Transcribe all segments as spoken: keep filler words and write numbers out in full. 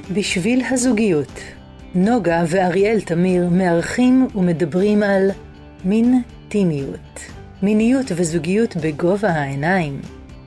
בשביל הזוגיות, נוגה ואריאל תמיר מארחים ומדברים על מין טימיות, מיניות וזוגיות בגובה העיניים.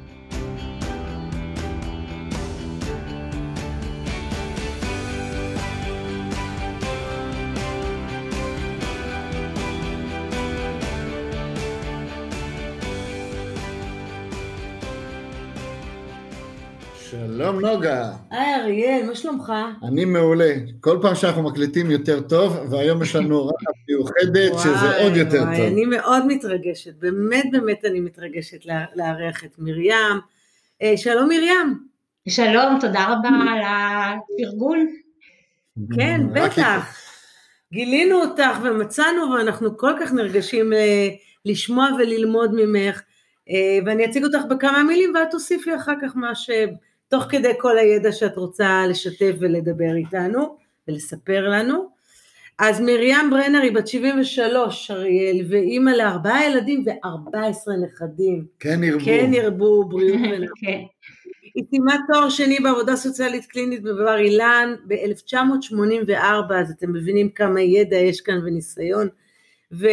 שלום נוגה. היי אריאל, מה שלומך? אני מעולה. כל פעם שאנחנו מקליטים יותר טוב, והיום יש לנו אורחת מיוחדת שזה עוד יותר וואי, טוב. אני מאוד מתרגשת, באמת באמת אני מתרגשת לארח את מרים. שלום מרים. שלום, תודה רבה על הפרגון. כן, בטח. גילינו אותך ומצאנו, ואנחנו כל כך נרגשים לשמוע וללמוד ממך, ואני אציג אותך בכמה מילים, ואת תוסיפי אחר כך מה ש... תוך כדי כל הידע שאת רוצה לשתף ולדבר איתנו, ולספר לנו. אז מרים ברנר היא בת שבעים ושלוש, אריאל, ואימא לארבעה ילדים וארבע עשרה נכדים. כן ירבו. כן ירבו, בריאות ונפש. היא סיימה תואר שני בעבודה סוציאלית קלינית בבר אילן, ב-אלף תשע מאות שמונים וארבע, אז אתם מבינים כמה ידע יש כאן וניסיון, ו...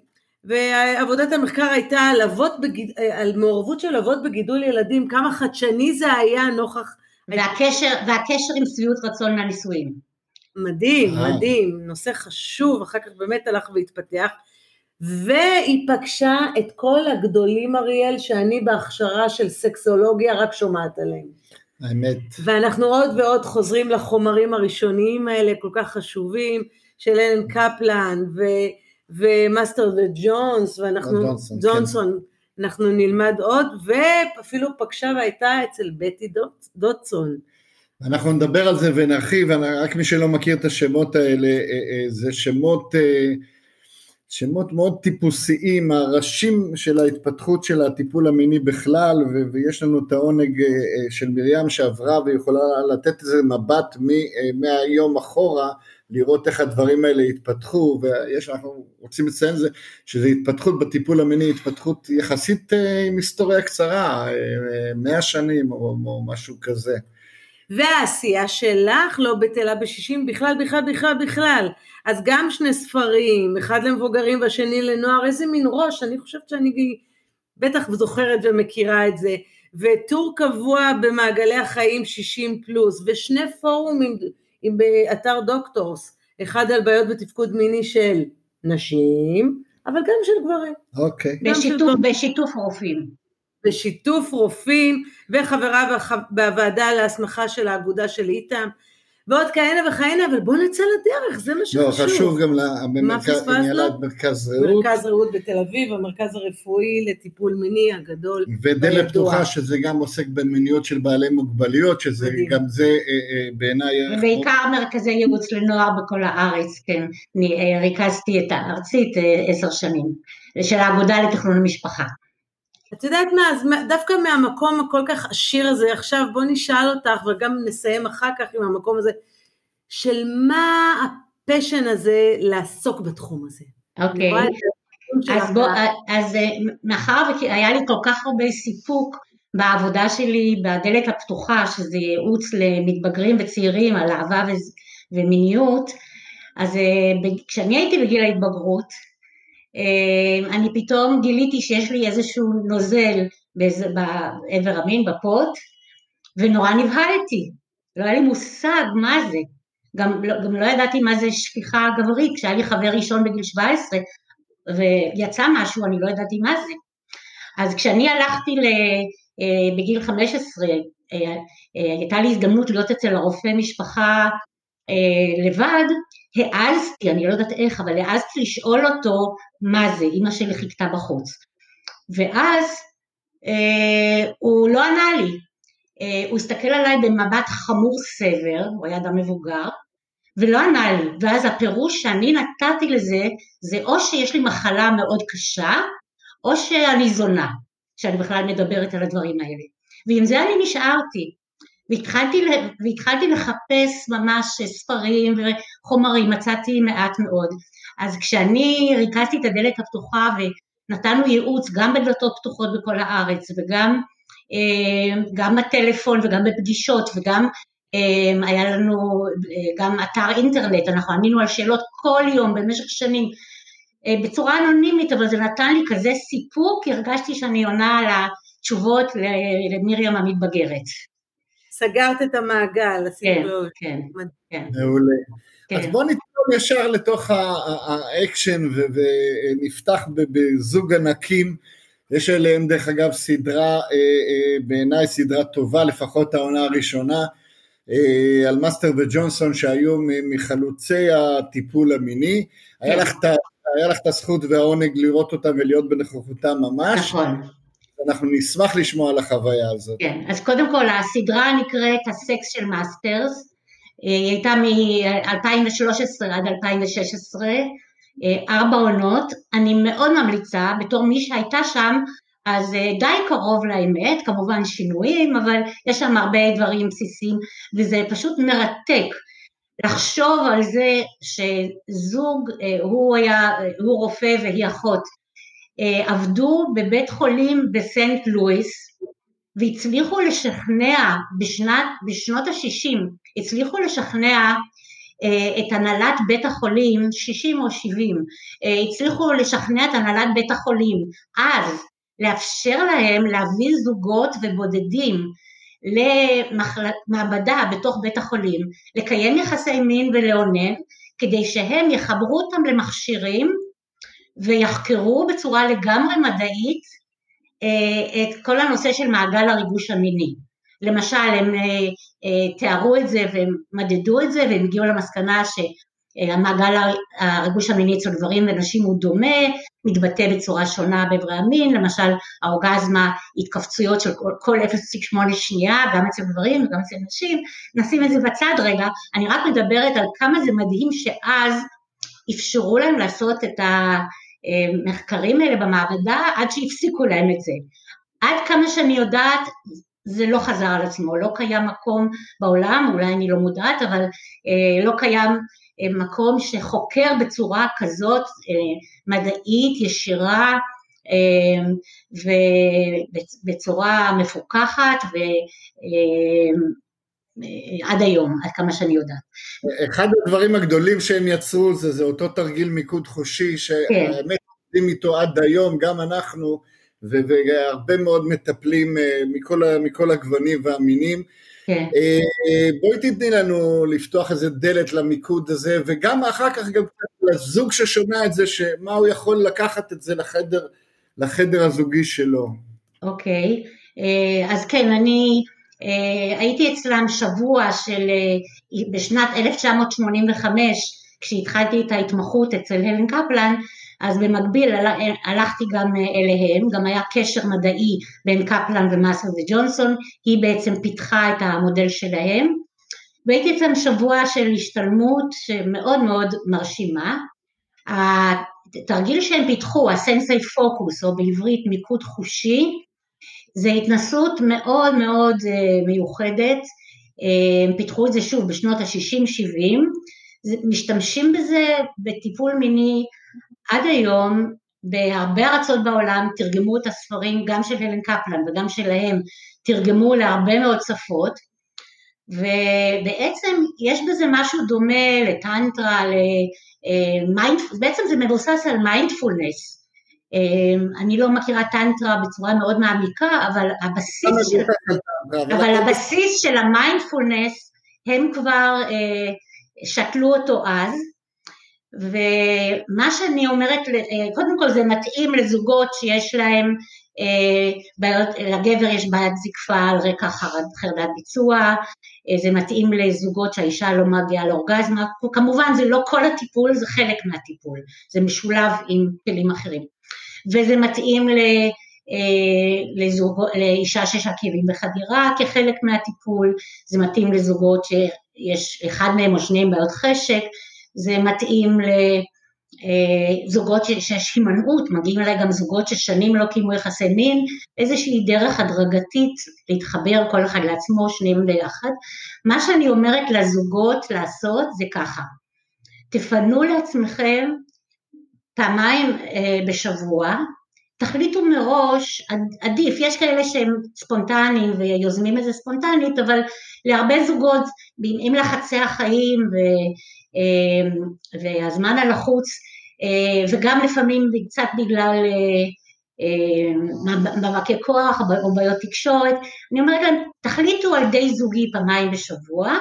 ועבודת המחקר הייתה על, בגיד... על מעורבות של אבות בגידול ילדים, כמה חדשני זה היה נוכח... והקשר, והקשר עם שביעות רצון מהנישואים. מדהים, מדהים, נושא חשוב, אחר כך באמת הלך והתפתח, והיא פגשה את כל הגדולים אריאל, שאני בהכשרה של סקסולוגיה רק שומעת עליהם. האמת. ואנחנו עוד ועוד חוזרים לחומרים הראשוניים האלה, כל כך חשובים, של אלן קפלן ו... ומאסטר וג'ונס, ואנחנו, ג'ונסון, ג'ונסון, כן. אנחנו נלמד עוד, ואפילו פגשה והייתה אצל בטי דוטסון. אנחנו נדבר על זה ונרחיב, רק מי שלא מכיר את השמות האלה, זה שמות, שמות מאוד טיפוסיים, הראשים של ההתפתחות של הטיפול המיני בכלל, ויש לנו את העונג של מרים שעברה, ויכולה לתת איזה מבט מהיום אחורה, לראות איך הדברים האלה התפתחו, ויש, אנחנו רוצים לציין זה, שזה התפתחות בטיפול המיני, התפתחות יחסית עם היסטוריה קצרה, מאה שנים או, או משהו כזה. והעשייה שלך לא בטלה בשישים, בכלל, בכלל, בכלל, בכלל. אז גם שני ספרים, אחד למבוגרים והשני לנוער, איזה מין ראש, אני חושבת שאני בטח זוכרת ומכירה את זה, וטור קבוע במעגלי החיים שישים פלוס, ושני פורומים, עם באתר דוקטורס, אחד על בעיות בתפקוד מיני של נשים, אבל גם של גברים. אוקיי. בשיתוף, בשיתוף רופאים. בשיתוף רופאים, וחברה בוועדה להסמכה של האגודה של איתם, ועוד כהנה וכהנה, אבל בוא נצא לדרך, זה מה שחשוב. לא, חשוב גם למרכז רעות. מרכז רעות בתל אביב, המרכז הרפואי לטיפול מיני הגדול. ודלת פתוחה, שזה גם עוסק במיניות של בעלי מוגבליות, שזה גם זה בעיניי... ובעיקר מרכזי ייעוץ לנוער בכל הארץ, כן. אני ריכזתי את הארצית עשר שנים, של האגודה לתכנון המשפחה. את יודעת מה, אז דווקא מהמקום הכל כך עשיר הזה, עכשיו בוא נשאל אותך, וגם נסיים אחר כך עם המקום הזה, של מה הפשן הזה לעסוק בתחום הזה? אוקיי, אז בוא, אז מאחר והיה לי כל כך הרבה סיפוק בעבודה שלי, בדלת הפתוחה, שזה ייעוץ למתבגרים וצעירים על אהבה ומיניות, אז כשאני הייתי בגיל ההתבגרות, אני פתאום גיליתי שיש לי איזשהו נוזל בעבר המין, בפוט, ונורא נבהלתי, לא היה לי מושג מה זה, גם, גם לא ידעתי מה זה שפיכה גברית, כשהיה לי חבר ראשון בגיל שבע עשרה, ויצא משהו, אני לא ידעתי מה זה, אז כשאני הלכתי בגיל חמש עשרה, הייתה לי הזדמנות להיות אצל הרופא משפחה לבד, העזתי, אני לא יודעת איך, אבל העזתי לשאול אותו מה זה, אמא שלי חיכתה בחוץ, ואז אה, הוא לא ענה לי, אה, הוא הסתכל עליי במבט חמור סבר, הוא היה אדם מבוגר, ולא ענה לי, ואז הפירוש שאני נתתי לזה, זה או שיש לי מחלה מאוד קשה, או שאני זונה, שאני בכלל מדברת על הדברים האלה, ועם זה אני נשארתי, והתחלתי, והתחלתי לחפש ממש ספרים וחומרים, מצאתי מעט מאוד, אז כשאני ריכזתי את הדלת הפתוחה ונתנו ייעוץ גם בדלתות פתוחות בכל הארץ, וגם גם בטלפון וגם בפגישות וגם היה לנו גם אתר אינטרנט, אנחנו ענינו על שאלות כל יום במשך שנים, בצורה אנונימית, אבל זה נתן לי כזה סיפוק, הרגשתי שאני עונה על התשובות למרים המתבגרת. סגרת את המעגל, כן, כן, כן. מעולה. אז בוא נתקום ישר לתוך האקשן ונפתח בזוג ענקים, יש אליהם דרך אגב סדרה, בעיניי סדרה טובה, לפחות העונה הראשונה, על מאסטר וג'ונסון שהיו מחלוצי הטיפול המיני, היה לך את היה לך את הזכות והעונג לראות אותם ולהיות בנוכחותם ממש. נכון. אנחנו נשמח לשמוע על החוויה הזאת. כן, אז קודם כל הסדרה נקראת הסקס של מאסטרס, היא הייתה מ-אלפיים ושלוש עשרה עד אלפיים ושש עשרה, ארבע עונות, אני מאוד ממליצה, בתור מי שהייתה שם, אז די קרוב לאמת, כמובן שינויים, אבל יש שם הרבה דברים בסיסיים, וזה פשוט מרתק, לחשוב על זה שזוג, הוא היה, הוא רופא והיא אחות, עבדו בבית חולים בסנט לואיס, והצליחו לשכנע בשנת, בשנות ה-שישים, הצליחו לשכנע את הנהלת בית החולים, שישים או שבעים, הצליחו לשכנע את הנהלת בית החולים, אז לאפשר להם להביא זוגות ובודדים, למעבדה בתוך בית החולים, לקיים יחסי מין ולעונג, כדי שהם יחברו אותם למכשירים, ויחקרו בצורה לגמרי מדעית, את כל הנושא של מעגל הריגוש המיני. למשל, הם תיארו את זה, והם מדדו את זה, והם הגיעו למסקנה שהמעגל הריגוש המיני אצל גברים ונשים הוא דומה, מתבטא בצורה שונה באיברי המין, למשל האורגזמה, התכווצויות של כל אפס נקודה שמונה שנייה, גם אצל גברים וגם אצל נשים, נשים את זה בצד רגע, אני רק מדברת על כמה זה מדהים שאז אפשרו להם לעשות את המחקרים האלה במעבדה, עד שהפסיקו להם את זה. עד כמה שאני יודעת, זה לא חזר על עצמו, לא קיים מקום בעולם, אולי אני לא מודעת, אבל לא קיים מקום שחוקר בצורה כזאת מדעית, ישירה, ובצורה מפוקחת, ועד היום, עד כמה שאני יודעת. אחד הדברים הגדולים שהם יצרו, זה, זה אותו תרגיל מיקוד חושי, שהאמת עובדים איתו עד היום, גם אנחנו, והרבה מאוד מטפלים מכל, מכל הגוונים והמינים. כן. בואי תתני לנו לפתוח איזה דלת למיקוד הזה, וגם אחר כך גם לזוג ששומע את זה, שמה הוא יכול לקחת את זה לחדר, לחדר הזוגי שלו. אוקיי, אז כן, אני הייתי אצלם שבוע של, בשנת אלף תשע מאות שמונים וחמש, כשהתחלתי את ההתמחות אצל הלן קפלן, אז במקביל הלכתי גם אליהם, גם היה קשר מדעי בין קפלן ומאסטר וג'ונסון, היא בעצם פיתחה את המודל שלהם, והייתי אצלם שבוע של השתלמות שמאוד מאוד מרשימה, התרגיל שהם פיתחו, הסנסי פוקוס, או בעברית מיקוד חושי, זה התנסות מאוד מאוד מיוחדת, הם פיתחו את זה שוב בשנות ה-שישים שבעים, משתמשים בזה בטיפול מיני, עד היום, בהרבה ארצות בעולם, תרגמו את הספרים, גם של הלן קפלן וגם שלהם, תרגמו להרבה מאוד שפות, ובעצם יש בזה משהו דומה לטנטרה, למיינדפולנס, בעצם זה מבוסס על מיינדפולנס, אני לא מכירה טנטרה בצורה מאוד מעמיקה, אבל הבסיס של, אבל הבסיס של המיינדפולנס, הם כבר שתלו אותו אז, ומה שאני אומרת, קודם כל זה מתאים לזוגות שיש להם, לגבר יש בעיית זקפה על רקע חרדת ביצוע, זה מתאים לזוגות שהאישה לא מגיעה לאורגזמה, כמובן זה לא כל הטיפול, זה חלק מהטיפול, זה משולב עם כלים אחרים, וזה מתאים לזוג, לאישה שיש לה כאבים בחדירה כחלק מהטיפול, זה מתאים לזוגות שיש אחד מהם או שניהם בעיות חשק, זה מתאים לזוגות שיש הימנעות, מגיעים אליי גם זוגות ששנים לא קיימו יחסי מין, איזושהי דרך הדרגתית להתחבר כל אחד לעצמו, שניהם ביחד. מה שאני אומרת לזוגות לעשות זה ככה, תפנו לעצמכם פעמיים בשבוע, תחליטו מראש, עדיף, יש כאלה שהם ספונטניים ויוזמים את זה ספונטנית, אבל להרבה זוגות, עם לחצי החיים ו, והזמן הלחוץ, וגם לפעמים קצת בגלל מאבקי כוח או בעיות תקשורת, אני אומרת להם, תחליטו על די זוגי פעמיים בשבוע,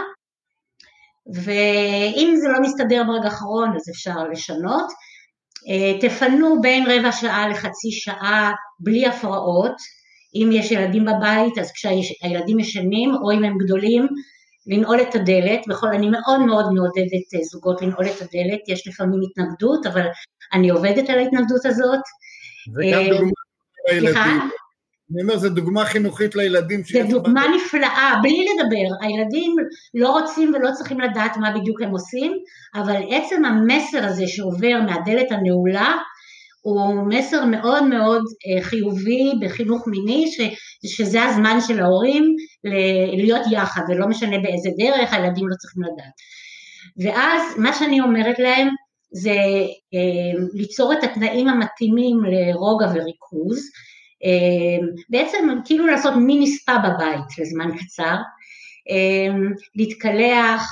ואם זה לא מסתדר ברגע האחרון, אז אפשר לשנות, תפנו בין רבע שעה לחצי שעה בלי הפרעות, אם יש ילדים בבית, אז כשהילדים ישנים, או אם הם גדולים, לנעול את הדלת, בכל אני מאוד מאוד מעודדת זוגות לנעול את הדלת, יש לפעמים התנגדות, אבל אני עובדת על ההתנגדות הזאת. זה גם דוגמה לילדים. אני אומר, זו דוגמה חינוכית לילדים. זו דוגמה נפלאה, בלי לדבר, הילדים לא רוצים ולא צריכים לדעת מה בדיוק הם עושים, אבל עצם המסר הזה שעובר מהדלת הנעולה, הוא מסר מאוד מאוד חיובי בחינוך מיני, ש, שזה הזמן של ההורים להיות יחד, ולא משנה באיזה דרך, הילדים לא צריכים לדעת. ואז מה שאני אומרת להם, זה ליצור את התנאים המתאימים לרוגע וריכוז, בעצם כאילו לעשות מיני ספה בבית לזמן קצר, להתקלח,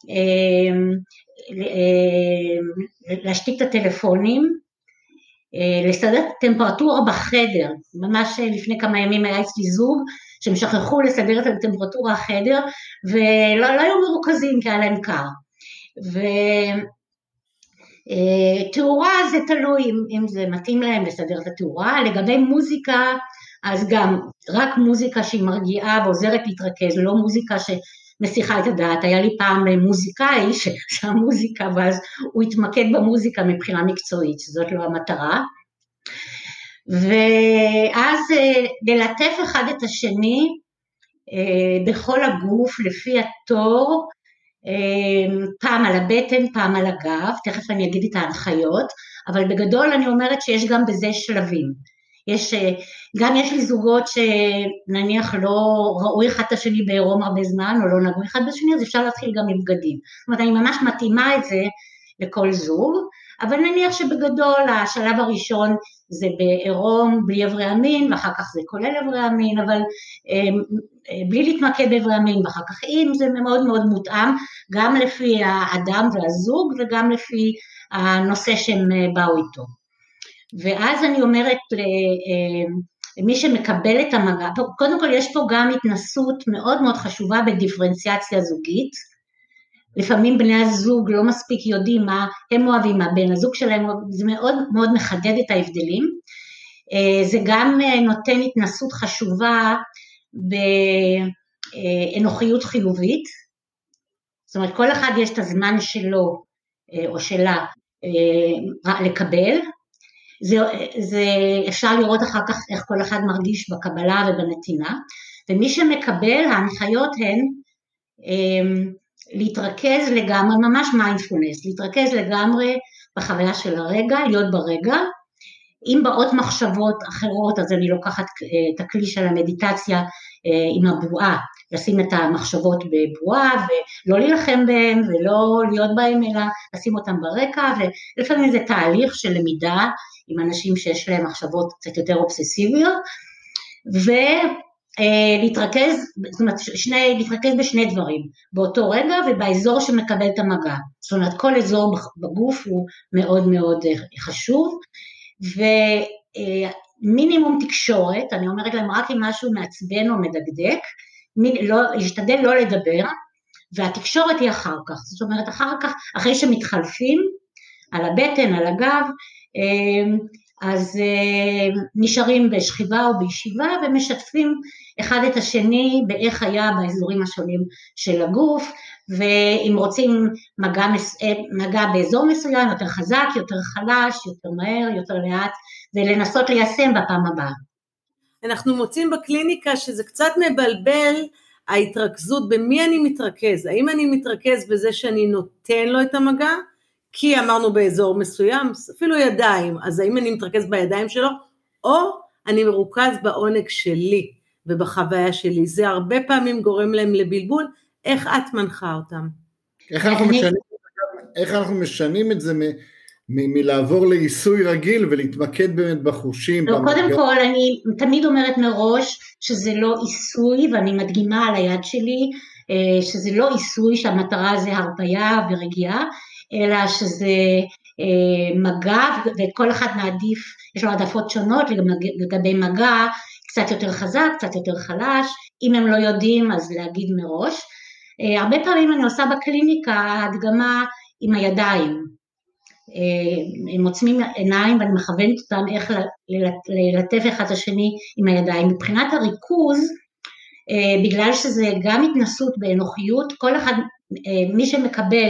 להשתיק את הטלפונים, לסדר טמפרטורה בחדר, ממש לפני כמה ימים היה אצלי זוג, שהם שכחו לסדר את הטמפרטורה החדר, ולא לא היו מרוכזים כי היה להם קר, ותאורה זה תלוי אם, אם זה מתאים להם לסדר את התאורה, לגבי מוזיקה, אז גם רק מוזיקה שהיא מרגיעה ועוזרת להתרכז, לא מוזיקה שמסיחה את הדעת, היה לי פעם מוזיקאי שעשה מוזיקה, ואז הוא התמקד במוזיקה מבחינה מקצועית, שזאת לא המטרה, ואז ללטף אחד את השני, בכל הגוף, לפי התור, פעם על הבטן, פעם על הגב, תכף אני אגיד את ההנחיות, אבל בגדול אני אומרת שיש גם בזה שלבים, יש, גם יש לי זוגות שנניח לא ראו אחד את השני בעירום הרבה זמן, או לא נגעו אחד בשני, אז אפשר להתחיל גם עם בגדים, זאת אומרת אני ממש מתאימה את זה לכל זוג, אבל נניח שבגדול השלב הראשון זה בעירום בלי אברי המין, ואחר כך זה כולל אברי המין, אבל בלי להתמקד באברי המין, ואחר כך אם זה מאוד מאוד מותאם, גם לפי האדם והזוג, וגם לפי הנושא שהם באו איתו. ואז אני אומרת למי שמקבל את המגע, קודם כל יש פה גם התנסות מאוד מאוד חשובה בדיפרנציאציה זוגית, לפעמים בני הזוג לא מספיק יודעים מה הם אוהבים, מה בן הזוג שלהם, זה מאוד מאוד מחדד את ההבדלים, זה גם נותן התנסות חשובה באנוכיות חיובית, זאת אומרת כל אחד יש את הזמן שלו או שלה לקבל, זה, זה אפשר לראות אחר כך איך כל אחד מרגיש בקבלה ובנתינה, ומי שמקבל ההנחיות הן להתרכז לגמרי, ממש מיינדפולנס, להתרכז לגמרי בחוויה של הרגע, להיות ברגע, אם באות מחשבות אחרות, אז אני לוקחת את הכלי של המדיטציה עם הבועה, לשים את המחשבות בבועה, ולא להילחם בהם, ולא להיות בהם, אלא לשים אותם ברקע, ולפעמים זה תהליך של למידה, עם אנשים שיש להם מחשבות קצת יותר אובססיביות, ולהתרכז, זאת אומרת, שני, להתרכז בשני דברים, באותו רגע ובאזור שמקבל את המגע, זאת אומרת, כל אזור בגוף הוא מאוד מאוד חשוב, ומינימום תקשורת, אני אומרת להם רק אם משהו מעצבן או מדקדק, לא, להשתדל לא לדבר, והתקשורת היא אחר כך, זאת אומרת, אחר כך, אחרי שמתחלפים, על הבטן, על הגב, אז נשארים בשכיבה או בישיבה, ומשתפים אחד את השני באיך היה באזורים השונים של הגוף, ואם רוצים מגע, מגע באזור מסוים, יותר חזק, יותר חלש, יותר מהר, יותר לאט, ולנסות ליישם בפעם הבאה. אנחנו מוצאים בקליניקה שזה קצת מבלבל ההתרכזות, במי אני מתרכז, האם אני מתרכז בזה שאני נותן לו את המגע, כי אמרנו באזור מסוים, אפילו ידיים, אז האם אני מתרכז בידיים שלו, או אני מרוכז בעונג שלי, ובחוויה שלי, זה הרבה פעמים גורם להם לבלבול, איך את מנחה אותם? איך אנחנו משנים, איך אנחנו משנים את זה מלעבור לעיסוי רגיל ולהתמקד באמת בחושים. לא, קודם כל אני תמיד אומרת מראש שזה לא עיסוי, ואני מדגימה על היד שלי שזה לא עיסוי, שהמטרה זה הרפיה ורגיעה, אלא שזה מגע, וכל אחד מעדיף, יש לו העדפות שונות לגבי מגע, קצת יותר חזק, קצת יותר חלש, אם הם לא יודעים אז להגיד מראש. הרבה פעמים אני עושה בקליניקה הדגמה עם הידיים, הם עוצמים עיניים ואני מכוונת אותם איך ללטף אחד את השני עם הידיים. מבחינת הריכוז, בגלל שזה גם התנסות באנוכיות, כל אחד, מי שמקבל,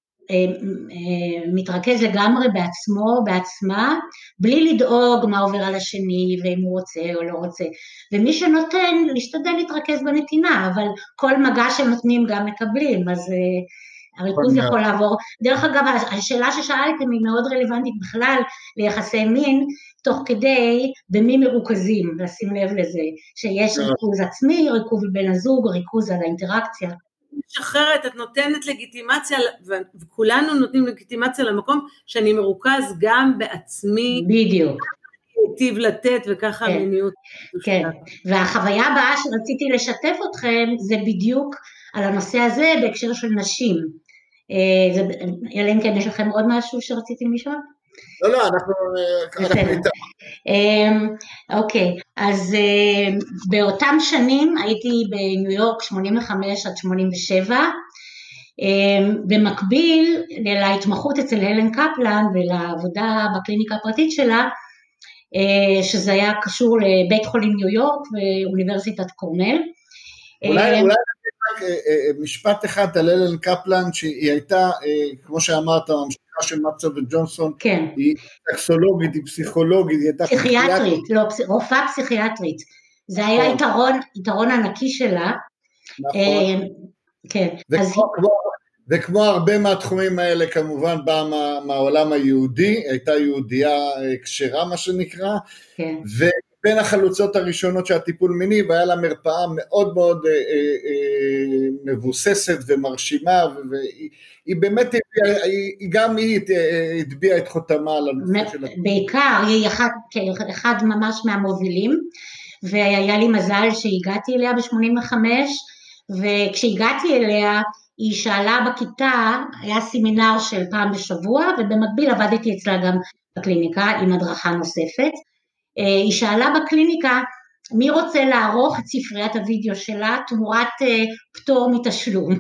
מתרכז לגמרי בעצמו, בעצמה, בלי לדאוג מה עובר על השני, ואם הוא רוצה או לא רוצה, ומי שנותן, להשתדל להתרכז בנתינה, אבל כל מגע שנותנים גם מקבלים, אז הריכוז יכול לעבור. דרך אגב, השאלה ששאלתם היא מאוד רלוונטית בכלל ליחסי מין, תוך כדי במי מרוכזים, לשים לב לזה, שיש ריכוז עצמי, ריכוז בין הזוג, ריכוז על האינטראקציה. אחרת את נותנת לגיטימציה, וכולנו נותנים לגיטימציה למקום, שאני מרוכז גם בעצמי. בדיוק. היטיב לתת וככה כן, המיניות. כן, והחוויה הבאה שרציתי לשתף אתכם, זה בדיוק על הנושא הזה בהקשר של נשים. אלא אם כן יש לכם עוד משהו שרציתם לשאול? לא, לא, אנחנו... אוקיי, אז באותם שנים הייתי בניו יורק שמונים וחמש עד שמונים ושבע, במקביל להתמחות אצל הלן קפלן ולעבודה בקליניקה הפרטית שלה, שזה היה קשור לבית חולים ניו יורק ואוניברסיטת קורנל. אולי, אולי משפט אחד על הלן קפלן, שהיא הייתה, כמו שאמרת, המשפחה של מצא וג'ונסון, כן. היא סקסולוגית, היא פסיכולוגית, היא הייתה פסיכיאטרית, לא, רופאה פסיכיאטרית, זה היה יתרון, יתרון ענקי שלה, נכון. כן. וכמו, אז... כמו, וכמו הרבה מהתחומים האלה, כמובן באה מה, מהעולם היהודי, הייתה יהודייה כשרה מה שנקרא, כן. ו... בין החלוצות הראשונות שהטיפול מיני, והיה לה מרפאה מאוד מאוד אה, אה, מבוססת ומרשימה, והיא באמת, היא, היא גם היא התביעה את חותמה על הנושא של... בעיקר, היא אחד, אחד ממש מהמובילים, והיה לי מזל שהגעתי אליה ב-שמונים וחמש, וכשהגעתי אליה, היא שאלה בכיתה, היה סמינר של פעם בשבוע, ובמקביל עבדתי אצלה גם בקליניקה עם הדרכה נוספת, היא שאלה בקליניקה, מי רוצה לערוך את ספריית הוידאו שלה, תמורת פטור מתשלום.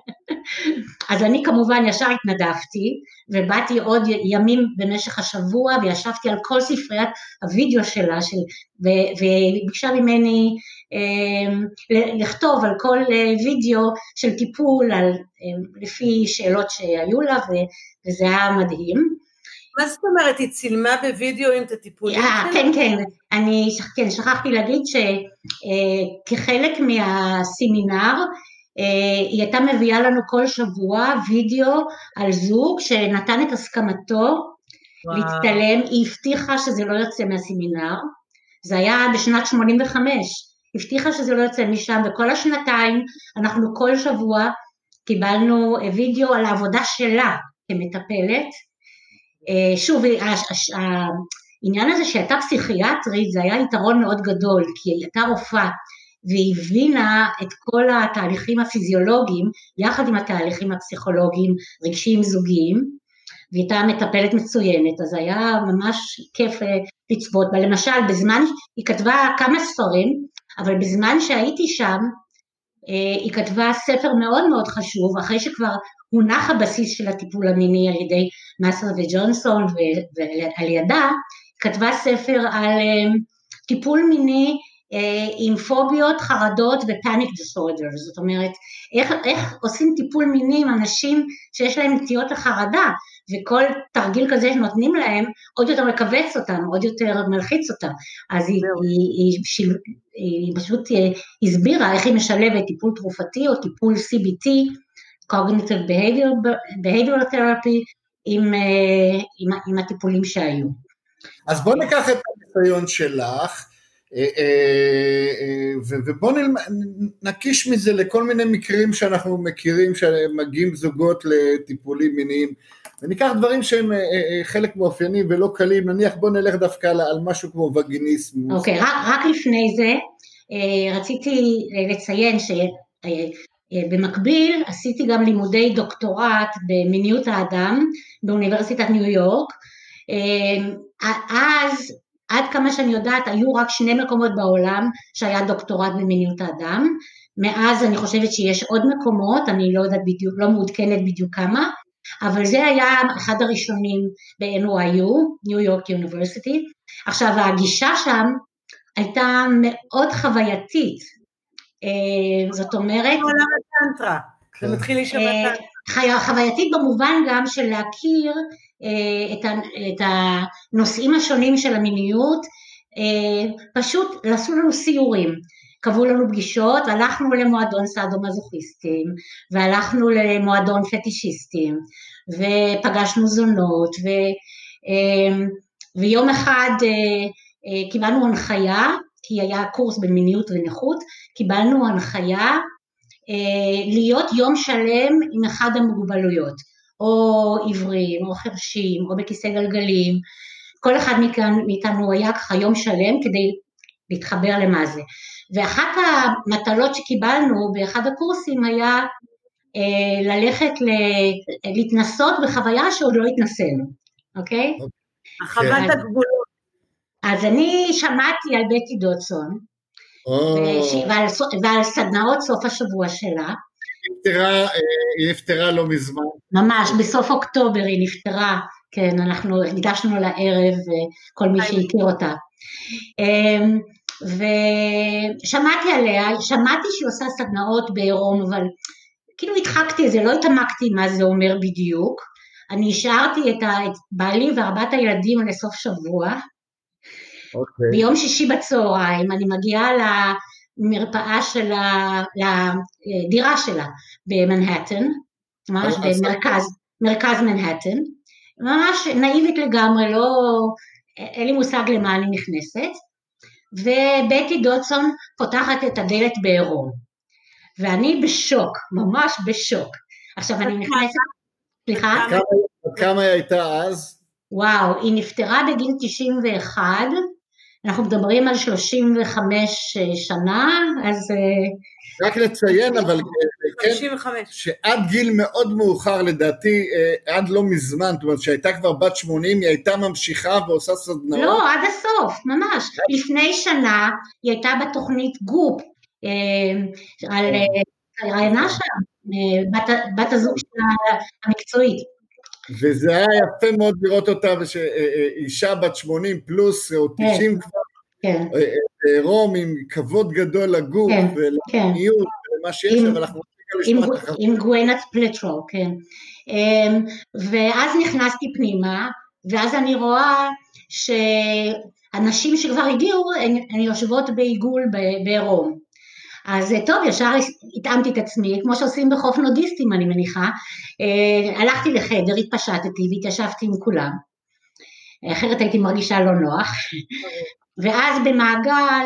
אז אני כמובן ישר התנדבתי, ובאתי עוד ימים במשך השבוע, וישבתי על כל ספריית הוידאו שלה, של, והיא ביקשה ממני אה, לכתוב על כל וידאו של טיפול, על, אה, לפי שאלות שהיו לה, וזה היה מדהים. מה זאת אומרת, היא צילמה בווידאו עם את הטיפולים שלה? כן, כן, אני כן, שכחתי להגיד שכחלק מהסמינר, היא הייתה מביאה לנו כל שבוע וידאו על זוג שנתן את הסכמתו להצטלם, היא הבטיחה שזה לא יוצא מהסמינר, זה היה בשנת שמונים וחמש, הבטיחה שזה לא יוצא משם, וכל השנתיים אנחנו כל שבוע קיבלנו וידאו על העבודה שלה כמטפלת, שוב, העניין הזה שהייתה פסיכיאטרית, זה היה יתרון מאוד גדול, כי היא הייתה רופאה, והיא הבינה את כל התהליכים הפיזיולוגיים, יחד עם התהליכים הפסיכולוגיים, רגשיים זוגיים, והיא הייתה מטפלת מצוינת, אז היה ממש כיף לצפות בה. למשל, בזמן, היא כתבה כמה ספרים, אבל בזמן שהייתי שם, היא כתבה ספר מאוד מאוד חשוב, אחרי שכבר הונח הבסיס של הטיפול המיני על ידי מסר וג'ונסון ועל ידה, כתבה ספר על טיפול מיני עם פוביות, חרדות ופאניק דיסורדר, זאת אומרת, איך, איך עושים טיפול מיני עם אנשים שיש להם נטיות לחרדה, וכל תרגיל כזה שנותנים להם, עוד יותר מקבץ אותם, עוד יותר מלחיץ אותם, אז היא, היא, היא, שיל, היא פשוט הסבירה איך היא משלבת טיפול תרופתי או טיפול סי בי טי, Cognitive Behavioral, Behavioral Therapy, עם, עם, עם הטיפולים שהיו. אז בוא ניקח את הניסיון שלך, ובואו נקיש מזה לכל מיני מקרים שאנחנו מכירים, שמגיעים זוגות לטיפולים מיניים, וניקח דברים שהם חלק מאופיינים ולא קלים, נניח בואו נלך דווקא על משהו כמו וגיניסם. אוקיי, רק לפני זה, רציתי לציין שבמקביל עשיתי גם לימודי דוקטורט במיניות האדם, באוניברסיטת ניו יורק, אז עד כמה שאני יודעת, היו רק שני מקומות בעולם שהיה דוקטורט במיניות האדם, מאז אני חושבת שיש עוד מקומות, אני לא יודעת בדיוק, לא מעודכנת בדיוק כמה, אבל זה היה אחד הראשונים ב-אן וואי יו, ניו יורק יוניברסיטי. עכשיו הגישה שם הייתה מאוד חווייתית, זאת אומרת, עולם הטנטרה, זה מתחיל להישמע חווייתית במובן גם של להכיר את הנושאים השונים של המיניות, פשוט לעשו לנו סיורים, קבעו לנו פגישות, הלכנו למועדון סאדו-מזוכיסטים, והלכנו למועדון פטישיסטים, ופגשנו זונות, ו, ויום אחד קיבלנו הנחיה, כי היה קורס במיניות ונכות, קיבלנו הנחיה להיות יום שלם עם אחד המוגבלויות, או עיוורים, או חרשים, או בכיסא גלגלים, כל אחד מאיתנו היה ככה יום שלם כדי להתחבר למה זה. ואחת המטלות שקיבלנו באחד הקורסים היה אה, ללכת ל, להתנסות בחוויה שעוד לא התנסינו, אוקיי? חוות הגבולות. אז אני שמעתי על בטי דודסון, וש, ועל, ועל סדנאות סוף השבוע שלה, היא נפטרה לא מזמן. ממש, בסוף אוקטובר היא נפטרה, כן, אנחנו הקדשנו לה ערב, כל מי שהכיר אותה. ושמעתי עליה, שמעתי שהיא עושה סדנאות בעירום, אבל כאילו התחקתי, זה לא התעמקתי מה זה אומר בדיוק, אני השארתי את בעלי וארבעת הילדים לסוף שבוע, okay. ביום שישי בצהריים, אני מגיעה למרפאה שלה, לדירה שלה במנהטן, ממש במרכז, מרכז מנהטן, ממש נאיבית לגמרי, לא, אין לי מושג למה אני נכנסת, ובטי דודסון פותחת את הדלת בעירום, ואני בשוק, ממש בשוק. עכשיו אני נכנסת, סליחה? כמה היא הייתה אז? וואו, היא נפטרה בגיל תשעים ואחת, אנחנו מדברים על שלושים וחמש שנה, אז... רק לציין, אבל כן, שעד גיל מאוד מאוחר, לדעתי, עד לא מזמן, זאת אומרת, שהייתה כבר בת שמונים, היא הייתה ממשיכה ועושה סדנאות. לא, עד הסוף, ממש. לפני שנה, היא הייתה בתוכנית גופ, על רעיינה שם, בת הזוג שלה המקצועית. וזה היה יפה מאוד לראות אותה, אישה בת שמונים פלוס, או תשעים כבר, רום עם כבוד גדול לגוף, ולמיניות, ולמה שיש, אבל אנחנו רוצים לשמוע את החברה. עם גווינת פלטרו, כן. ואז נכנסתי פנימה, ואז אני רואה שאנשים שכבר הגיעו, הן יושבות בעיגול בעירום. אז טוב, ישר התאמתי את עצמי, כמו שעושים בחוף נודיסטים אני מניחה, הלכתי לחדר, התפשטתי והתיישבתי עם כולם, אחרת הייתי מרגישה לא נוח, ואז במעגל,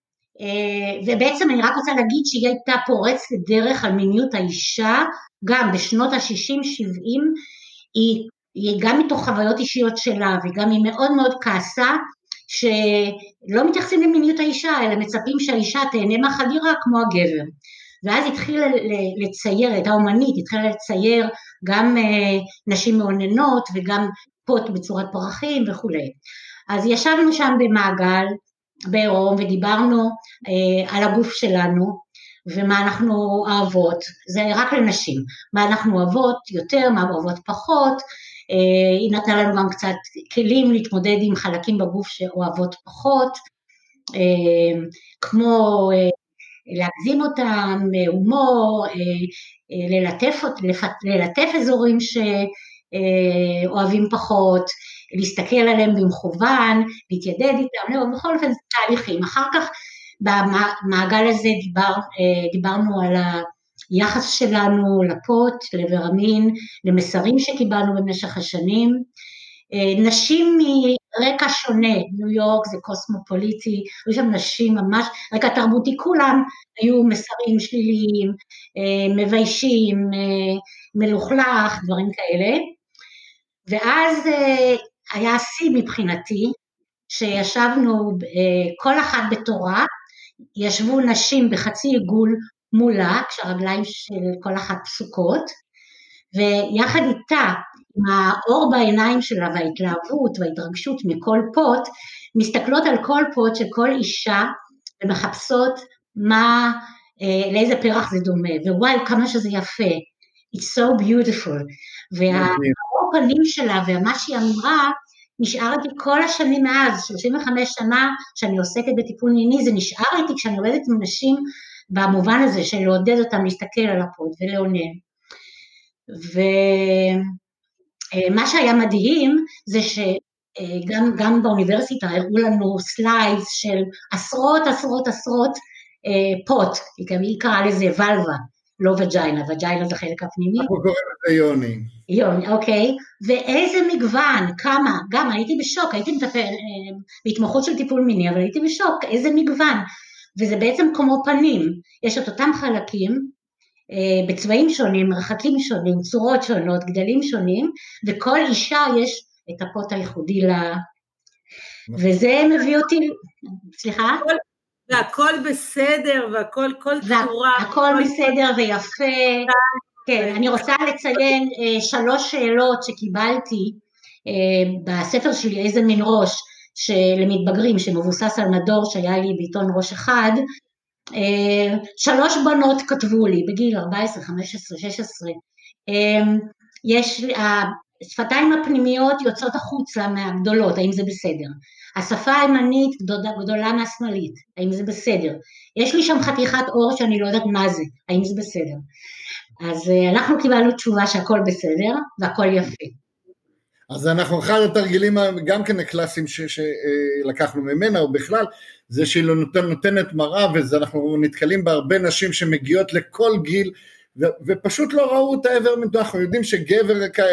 ובעצם אני רק רוצה להגיד שהיא הייתה פורצת דרך על מיניות האישה, גם בשנות ה-שישים שבעים, היא, היא גם מתוך חוויות אישיות שלה, וגם היא מאוד מאוד כעסה, שלא מתייחסים למיניות האישה, אלא מצפים שהאישה תהנה מהחדירה כמו הגבר. ואז התחילה לצייר, את האומנית, התחילה לצייר גם נשים מעוננות, וגם פות בצורת פרחים וכו'. אז ישבנו שם במעגל, בעירום, ודיברנו על הגוף שלנו, ומה אנחנו אוהבות, זה רק לנשים, מה אנחנו אוהבות יותר, מה אוהבות פחות, היא נתנה לנו גם קצת כלים להתמודד עם חלקים בגוף שאוהבות פחות, כמו להגזים אותם, הומור, ללטף, ללטף אזורים שאוהבים פחות, להסתכל עליהם במכוון, להתיידד איתם, לא, בכל אופן תהליכים. אחר כך במעגל הזה דיבר, דיברנו על היחס שלנו לפות, לבר המין, למסרים שקיבלנו במשך השנים, נשים מרקע שונה, ניו יורק זה קוסמופוליטי, היו שם נשים ממש, רקע תרבותי, כולם היו מסרים שליליים, מביישים, מלוכלך, דברים כאלה, ואז היה שיא מבחינתי, שישבנו כל אחת בתורה, ישבו נשים בחצי עיגול מולה, כשהרגליים של כל אחת פסוקות, ויחד איתה, עם האור בעיניים שלה וההתלהבות וההתרגשות מכל פוט, מסתכלות על כל פוט של כל אישה, ומחפשות מה, לאיזה פרח זה דומה, ווואי כמה שזה יפה, it's so beautiful, והאור פנים שלה ומה שהיא אמרה, נשאר איתי כל השנים מאז, שלושים וחמש שנה שאני עוסקת בטיפול מיני, זה נשאר איתי כשאני עובדת עם נשים, במובן הזה של לעודד אותם להסתכל על הפוד ולעונן. ומה שהיה מדהים זה שגם גם באוניברסיטה הראו לנו סליידס של עשרות עשרות עשרות פוט, היא קראה לזה ולווה, לא וג'יינה, וג'יינה זה חלק הפנימי. אנחנו קוראים לזה יוני. יוני, אוקיי, ואיזה מגוון, כמה, גם הייתי בשוק, הייתי מטפל, בהתמחות של טיפול מיני, אבל הייתי בשוק, איזה מגוון, וזה בעצם כמו פנים, יש את אותם חלקים, בצבעים שונים, מרחקים שונים, צורות שונות, גדלים שונים, וכל אישה יש את הפוט הייחודי לה, וזה מביא אותי, סליחה? והכל בסדר, והכל, כל צורה. הכל בסדר ויפה, כן, אני רוצה לציין שלוש שאלות שקיבלתי בספר שלי, איזה מין ראש, למתבגרים, שמבוסס על מדור שהיה לי בעיתון ראש אחד, שלוש בנות כתבו לי, בגיל ארבע עשרה, חמש עשרה, שש עשרה, יש, השפתיים הפנימיות יוצאות החוצה מהגדולות, האם זה בסדר? השפה הימנית גדולה, גדולה מהשמאלית, האם זה בסדר? יש לי שם חתיכת אור שאני לא יודעת מה זה, האם זה בסדר? אז אנחנו קיבלנו תשובה שהכל בסדר, והכל יפה. אז אנחנו אחד התרגילים גם כן הקלאסיים שלקחנו ממנה, או בכלל, זה שהיא נותן, נותנת מראה, ואנחנו נתקלים בהרבה נשים שמגיעות לכל גיל, ו, ופשוט לא ראו את העבר מין, אנחנו יודעים שגבר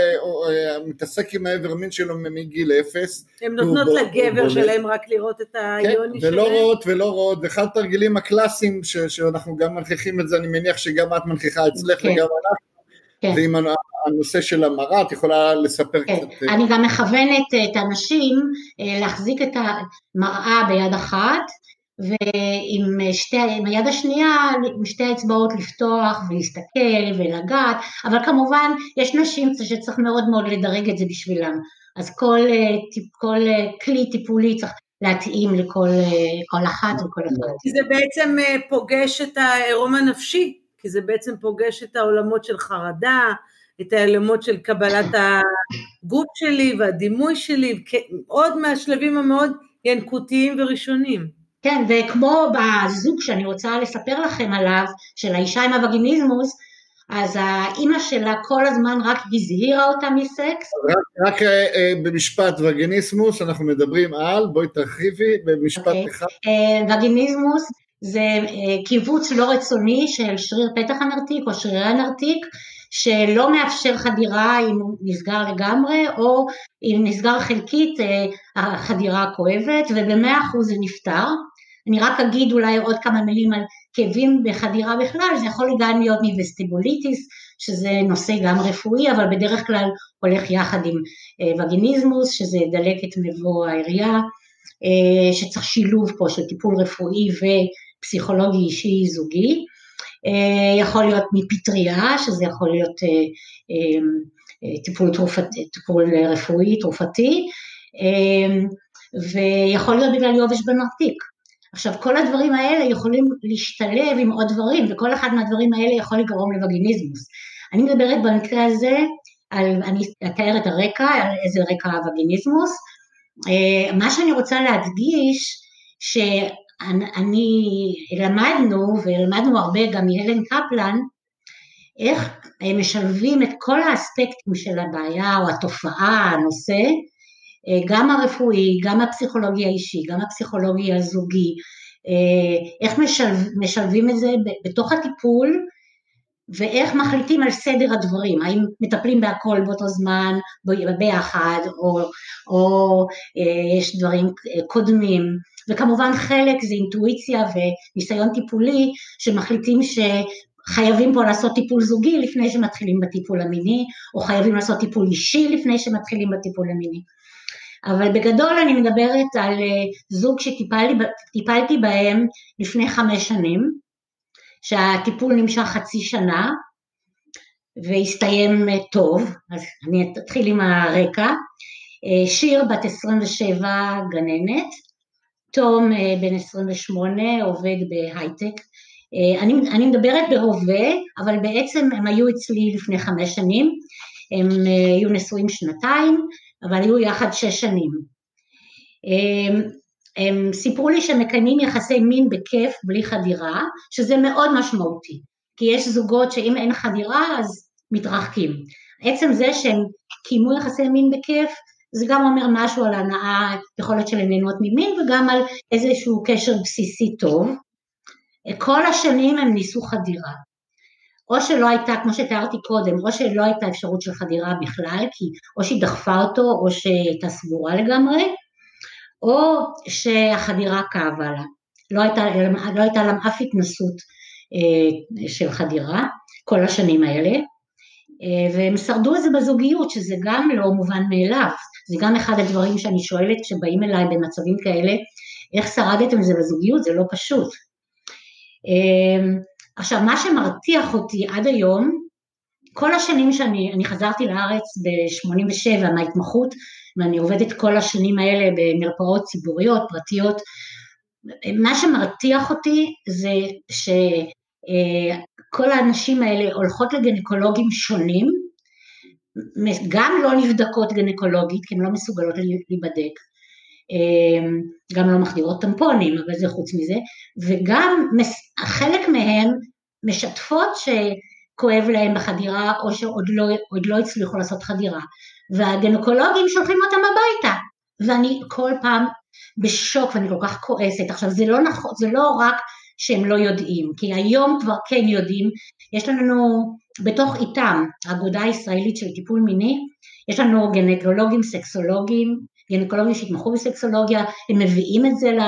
מתעסק עם העבר מין שלו מגיל אפס. הן נותנות לגבר שלהם רק לראות את היוני שלהם. ולא רואות ולא רואות, ואחד התרגילים הקלאסיים ש, שאנחנו גם מנכיחים את זה, אני מניח שגם את מנכיחה אצלך וגם אנחנו, ועם הנושא של המראה, את יכולה לספר קצת. אני גם מכוונת את האנשים להחזיק את המראה ביד אחת, ועם שתי, עם היד השנייה, עם שתי האצבעות לפתוח ולהסתכל ולגעת, אבל כמובן יש נשים שצריך מאוד מאוד לדרג את זה בשבילם, אז כל, כל כלי טיפולי צריך להתאים לכל כל אחת וכל אחת. כי זה בעצם פוגש את העירום הנפשי, כי זה בעצם פוגש את העולמות של חרדה, את העולמות של קבלת הגוף שלי והדימוי שלי, עוד מהשלבים המאוד ינקותיים וראשונים. כן, וכמו בזוג שאני רוצה לספר לכם עליו, של האישה עם הווגיניזמוס, אז האמא שלה כל הזמן רק הזהירה אותה מסקס. רק, רק במשפט וגיניזמוס, אנחנו מדברים על, בואי תרחיבי, במשפט okay. אחד. וגיניזמוס זה קיבוץ לא רצוני של שריר פתח הנרתיק או שרירי הנרתיק, שלא מאפשר חדירה אם הוא נסגר לגמרי, או אם נסגר חלקית, החדירה כואבת, ובמאה אחוז זה נפטר. אני רק אגיד אולי עוד כמה מילים על כאבים בחדירה בכלל, זה יכול גם להיות מווסטיבוליטיס, שזה נושא גם רפואי, אבל בדרך כלל הולך יחד עם וגיניזמוס, שזה דלקת מבוא העירייה, שצריך שילוב פה של טיפול רפואי ופסיכולוגי אישי זוגי, יכול להיות מפטריה, שזה יכול להיות טיפול, תרופתי, טיפול רפואי, תרופתי, ויכול להיות בגלל יובש בנרתיק. עכשיו, כל הדברים האלה יכולים להשתלב עם עוד דברים, וכל אחד מהדברים האלה יכול לגרום לווגיניזמוס. אני מדברת במקרה הזה, על, אני אתאר את הרקע, על איזה רקע הווגיניזמוס. מה שאני רוצה להדגיש, שאני למדנו, ולמדנו הרבה גם מהלן קפלן, איך משלבים את כל האספקטים של הבעיה, או התופעה, הנושא, גם הרפואי, גם הפסיכולוגיה האישי, גם הפסיכולוגיה הזוגי, איך משלב, משלבים את זה בתוך הטיפול, ואיך מחליטים על סדר הדברים, האם מטפלים בהכל באותו זמן, ביחד, או, או יש דברים קודמים, וכמובן חלק זה אינטואיציה וניסיון טיפולי, שמחליטים שחייבים פה לעשות טיפול זוגי לפני שמתחילים בטיפול המיני, או חייבים לעשות טיפול אישי לפני שמתחילים בטיפול המיני. אבל בגדול אני מדברת על זוג שטיפלתי בהם לפני חמש שנים, שהטיפול נמשך חצי שנה, והסתיים טוב, אז אני אתחיל עם הרקע. שיר בת עשרים ושבע גננת, תום בן עשרים ושמונה עובד בהייטק, אני, אני מדברת בהווה, אבל בעצם הם היו אצלי לפני חמש שנים, הם היו נשואים שנתיים, אבל היו יחד שש שנים. הם, הם סיפרו לי שמקיימים יחסי מין בכיף בלי חדירה, שזה מאוד משמעותי, כי יש זוגות שאם אין חדירה אז מתרחקים. עצם זה שהם קיימו יחסי מין בכיף, זה גם אומר משהו על הנאה, יכולת של ליהנות ממין, וגם על איזשהו קשר בסיסי טוב. כל השנים הם ניסו חדירה. או שלא הייתה, כמו שתיארתי קודם, או שלא הייתה אפשרות של חדירה בכלל, כי או שהיא דחפה אותו, או שהייתה סגורה לגמרי, או שהחדירה כאבה לה. לא הייתה, לא הייתה להם אף התנסות אה, של חדירה, כל השנים האלה, אה, והם שרדו את זה בזוגיות, שזה גם לא מובן מאליו, זה גם אחד הדברים שאני שואלת, שבאים אליי במצבים כאלה, איך שרדתם את זה בזוגיות, זה לא פשוט. אה, עכשיו, מה שמרתיח אותי עד היום, כל השנים שאני אני חזרתי לארץ ב-שמונים ושבע מההתמחות, ואני עובדת כל השנים האלה במרפאות ציבוריות, פרטיות, מה שמרתיח אותי זה שכל האנשים האלה הולכות לגניקולוגים שונים, גם לא נבדקות גניקולוגית, כי הן לא מסוגלות להיבדק, גם לא מחדירות טמפונים, אבל זה חוץ מזה, וגם חלק מהם משתפות שכואב להם בחדירה, או שעוד לא, עוד לא הצליחו לעשות חדירה, והגניקולוגים שולחים אותם הביתה, ואני כל פעם בשוק, ואני כל כך כועסת. עכשיו זה לא נכון, זה לא רק שהם לא יודעים, כי היום כבר כן יודעים, יש לנו בתוך איתם, האגודה הישראלית של טיפול מיני, יש לנו גניקולוגים, סקסולוגים, גניקולוגים שהתמחו בסקסולוגיה, הם מביאים את זה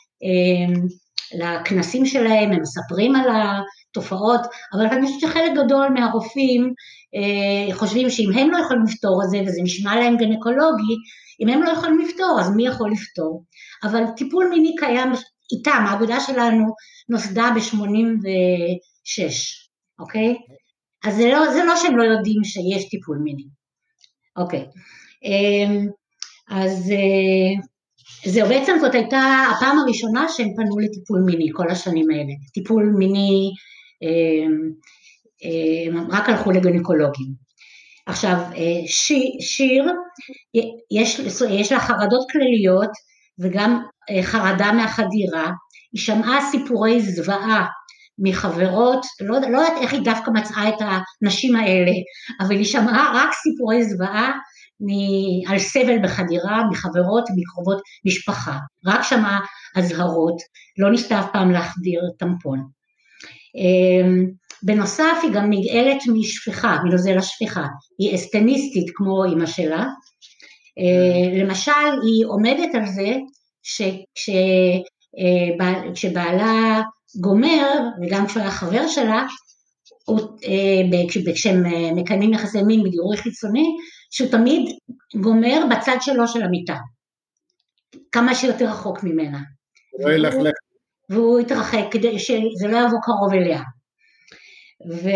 לכנסים שלהם, הם מספרים על התופעות, אבל אני חושבת שחלק גדול מהרופאים חושבים שאם הם לא יכולים לפתור את זה, וזה נשמע להם גניקולוגי, אם הם לא יכולים לפתור, אז מי יכול לפתור? אבל טיפול מיני קיים איתם, האגודה שלנו נוסדה ב-שמונים ושש, אוקיי? אז זה לא, זה לא שהם לא יודעים שיש טיפול מיני. אוקיי. אז זהו, בעצם זאת הייתה הפעם הראשונה שהם פנו לטיפול מיני כל השנים האלה. טיפול מיני, רק הלכו לגניקולוגים. עכשיו, שיר, יש, יש לה חרדות כלליות וגם חרדה מהחדירה, היא שמעה סיפורי זוועה מחברות, לא, לא יודעת איך היא דווקא מצאה את הנשים האלה, אבל היא שמעה רק סיפורי זוועה על סבל בחדירה, מחברות ומקרובות משפחה, רק שמעה הזהרות, לא ניסתה אף פעם להחדיר טמפון. בנוסף היא גם נגאלת משפיכה, מנוזל השפיכה, היא אסטניסטית כמו אמא שלה, למשל היא עומדת על זה שכשבעלה גומר, וגם כשהוא היה חבר שלה, כשהם מקיימים יחסי מין בגירוי חיצוני, שהוא תמיד גומר בצד שלו של המיטה, כמה שיותר רחוק ממנה. והוא יתרחק כדי שזה לא יבוא קרוב אליה. ו...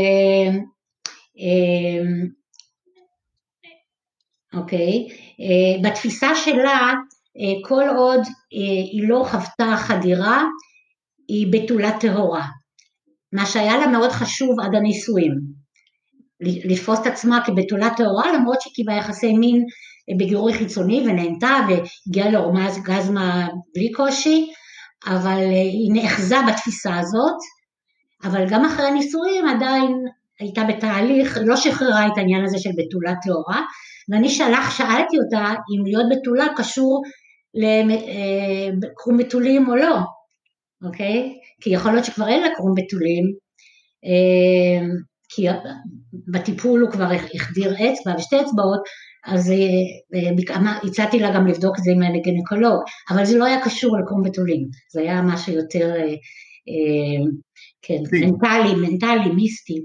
אוקיי, בתפיסה שלה, כל עוד היא לא חוותה חדירה, היא בתולה טהורה, מה שהיה לה מאוד חשוב עד הנישואים, לתפוס את עצמה כבתולה טהורה, למרות שקיבה יחסי מין בגירוי חיצוני ונהנתה, והגיעה לאורגזמה בלי קושי, אבל היא נאחזה בתפיסה הזאת, אבל גם אחרי הנישואים עדיין הייתה בתהליך, לא שחררה את העניין הזה של בתולה טהורה, ואני שלח, שאלתי אותה אם להיות בתולה קשור לקרום בתולים או לא, אוקיי? כי יכול להיות שכבר אין לה קרום בתולים, כי בטיפול הוא כבר החדיר אצבע ושתי אצבעות, אז הצעתי לה גם לבדוק את זה עם הגינקולוג, אבל זה לא היה קשור לקרום בתולין, זה היה משהו יותר כן, מנטלי, מנטלי, מיסטי.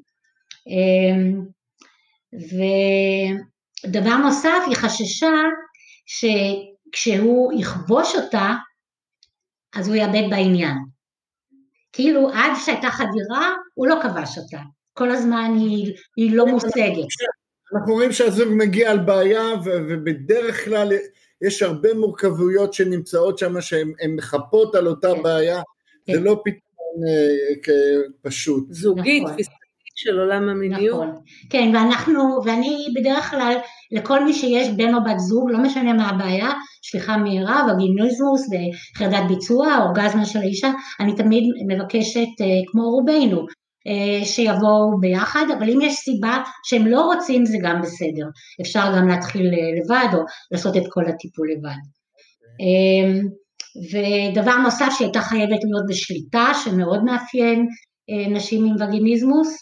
ודבר נוסף, היא חששה שכשהוא יכבוש אותה, אז הוא יאבד בעניין. כאילו עד שהייתה חדירה, הוא לא כבש אותה. כל הזמן היא, היא לא מושגת. אנחנו רואים שהזוג מגיע על בעיה, ובדרך כלל יש הרבה מורכבויות שנמצאות שם, שהן מחפות על אותה בעיה, זה לא פתרון פשוט. זוגית, תפיסתית של עולם המיניות. נכון, כן, ואנחנו, ואני בדרך כלל, לכל מי שיש בן או בת זוג, לא משנה מה הבעיה, שפיכה מהירה, וגיניזמוס, וחרדת ביצוע, אורגזמה של האישה, אני תמיד מבקשת, כמו רובנו, שיבואו ביחד, אבל אם יש סיבה שהם לא רוצים, זה גם בסדר. אפשר גם להתחיל לבד, או לעשות את כל הטיפול לבד. ודבר נוסף שהייתה חייבת להיות בשליטה, שמאוד מאפיין נשים עם וגיניזמוס,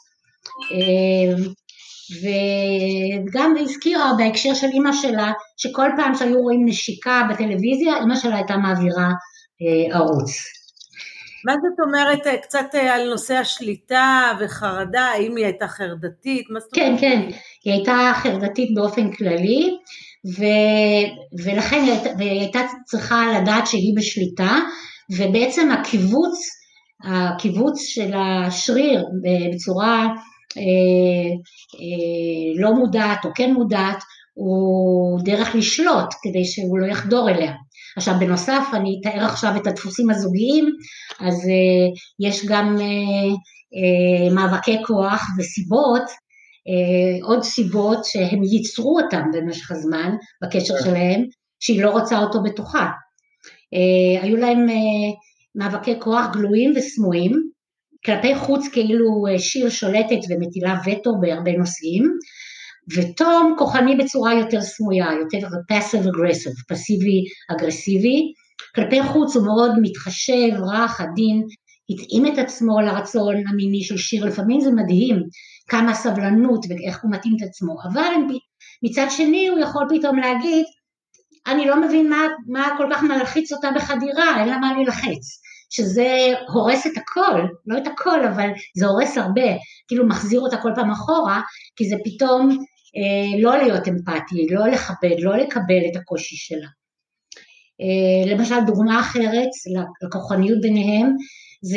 וגם הזכירה בהקשר של אמא שלה, שכל פעם שהיו רואים נשיקה בטלוויזיה, אמא שלה הייתה מעבירה ערוץ. מה זאת אומרת קצת על נושא השליטה וחרדה, האם היא הייתה חרדתית? כן, כן, היא הייתה חרדתית באופן כללי, ו, ולכן היא הייתה, והיא הייתה צריכה לדעת שהיא בשליטה, ובעצם הקיבוץ, הקיבוץ של השריר בצורה אה, אה, לא מודעת או כן מודעת, הוא דרך לשלוט כדי שהוא לא יחדור אליה. עכשיו בנוסף אני אתאר עכשיו את הדפוסים הזוגיים, אז אה, יש גם אה, אה, מאבקי כוח וסיבות, אה, עוד סיבות שהם ייצרו אותם במשך הזמן בקשר שלהם, שהיא לא רוצה אותו בתוכה. אה, היו להם אה, מאבקי כוח גלויים וסמויים, כלפי חוץ כאילו שיר שולטת ומטילה וטו בהרבה נושאים, ותום כוחני בצורה יותר סמויה, יותר passive aggressive, פסיבי אגרסיבי, כלפי חוץ הוא מאוד מתחשב, רך, עדין, התאים את עצמו לרצון המיני של שיר, לפעמים זה מדהים, כמה סבלנות ואיך הוא מתאים את עצמו, אבל מצד שני הוא יכול פתאום להגיד, אני לא מבין מה, מה כל כך מלחיץ אותה בחדירה, אין לה מה להילחץ, שזה הורס את הכל, לא את הכל, אבל זה הורס הרבה, כאילו מחזיר אותה כל פעם אחורה, כי זה פתאום אה, לא להיות אמפתי, לא לכבד, לא לקבל את הקושי שלה. אה, למשל דוגמה אחרת, לכוחניות ביניהם, זה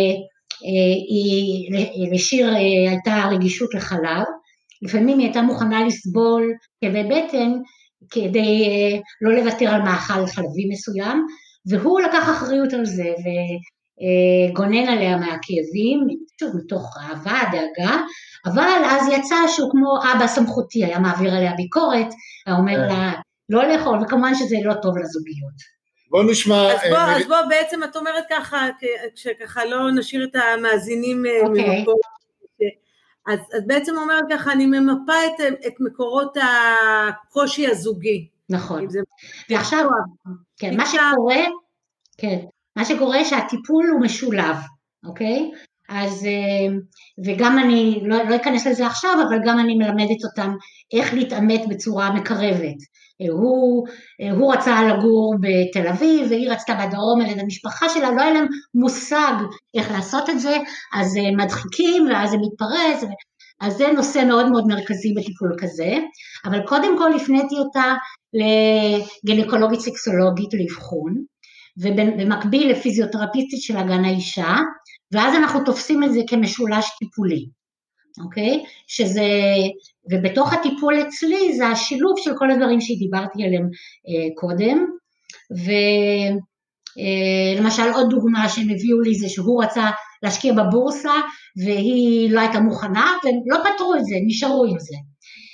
שלשיר אה, הייתה רגישות לחלב, לפעמים היא הייתה מוכנה לסבול כאבי בטן, כדי אה, לא לוותר על מאכל חלבי מסוים, והוא לקח אחריות על זה, וגונן עליה מהכאבים, שוב, מתוך אהבה, דאגה, אבל אז יצא שהוא כמו אבא סמכותי, היה מעביר עליה ביקורת, היה אומר לה לא לאכול, וכמובן שזה לא טוב לזוגיות. בוא נשמע... אז בוא, אז בוא בעצם את אומרת ככה, כשככה לא נשאיר את המאזינים ממקום, אז, אז בעצם אומרת ככה, אני ממפה את, את מקורות הקושי הזוגי. נכון, ועכשיו, כן, מה שקורה, כן, מה שקורה שהטיפול הוא משולב, אוקיי? אז, וגם אני, לא, לא אכנס לזה עכשיו, אבל גם אני מלמדת אותם איך להתאמת בצורה מקרבת. הוא, הוא רצה לגור בתל אביב, והיא רצתה בדרום על ידי המשפחה שלה, לא היה להם מושג איך לעשות את זה, אז מדחיקים, ואז זה מתפרץ, אז זה נושא מאוד מאוד מרכזי בטיפול כזה, אבל קודם כל הפניתי אותה לגניקולוגית סקסולוגית לאבחון, ובמקביל לפיזיותרפיסטית של הגן האישה, ואז אנחנו תופסים את זה כמשולש טיפולי, אוקיי? שזה, ובתוך הטיפול אצלי זה השילוב של כל הדברים שדיברתי עליהם אה, קודם, ולמשל אה, עוד דוגמה שהם הביאו לי זה שהוא רצה להשקיע בבורסה, והיא לא הייתה מוכנה, והם לא פתרו את זה, נשארו עם זה.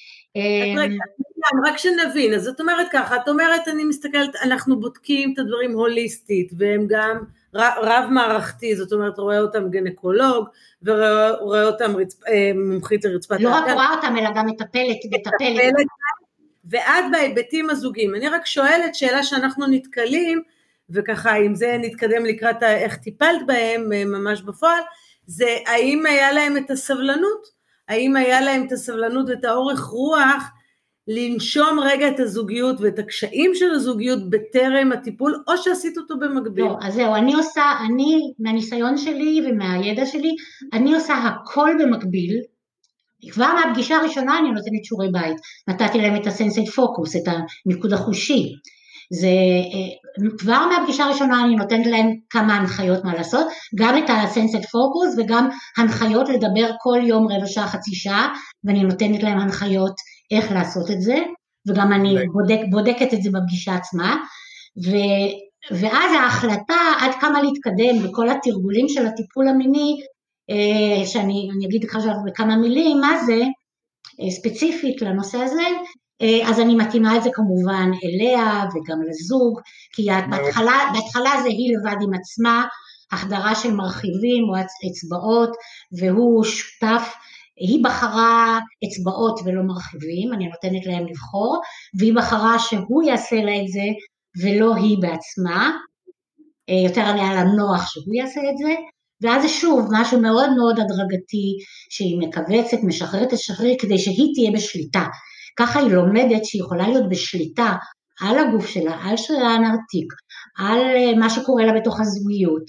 רק שנבין, אז את אומרת ככה, את אומרת אני מסתכלת, אנחנו בודקים את הדברים הוליסטית, והם גם רב מערכתי, זאת אומרת רואה אותם גנקולוג, ורואה אותם מומחית לרצפת לא רק רואה אותם, אלא גם מטפלת, מטפלת. ועד בהיבטים הזוגיים, אני רק שואלת שאלה שאנחנו נתקלים, וככה אם זה נתקדם לקראת איך טיפלת בהם ממש בפועל, זה האם היה להם את הסבלנות, האם היה להם את הסבלנות ואת האורך רוח, לנשום רגע את הזוגיות ואת הקשיים של הזוגיות בטרם הטיפול, או שעשית אותו במקביל? לא, אז זהו, אני עושה, אני, מהניסיון שלי ומהידע שלי, אני עושה הכל במקביל, כבר מהפגישה הראשונה אני נותנת שיעורי בית, נתתי להם את הסנסייט פוקוס, את המיקוד החושי, זה, כבר מהפגישה הראשונה אני נותנת להם כמה הנחיות מה לעשות, גם את הסנסייט פוקוס וגם הנחיות לדבר כל יום רבע שעה, חצי שעה, ואני נותנת להם הנחיות איך לעשות את זה, וגם אני בודק, בודקת את זה בפגישה עצמה, ו, ואז ההחלטה עד כמה להתקדם בכל התרגולים של הטיפול המיני, שאני אני אגיד לך עכשיו בכמה מילים, מה זה ספציפית לנושא הזה, אז אני מתאימה את זה כמובן אליה וגם לזוג, כי בהתחלה, בהתחלה זה היא לבד עם עצמה, החדרה של מרחיבים או אצבעות, והוא שותף, היא בחרה אצבעות ולא מרחיבים, אני נותנת להם לבחור, והיא בחרה שהוא יעשה לה את זה ולא היא בעצמה, יותר עליה לנוח שהוא יעשה את זה, ואז זה שוב משהו מאוד מאוד הדרגתי, שהיא מקבצת, משחררת השחריר, כדי שהיא תהיה בשליטה. ככה היא לומדת שהיא יכולה להיות בשליטה על הגוף שלה, על שרירי הנרתיק, על מה שקורה לה בתוך הזוגיות.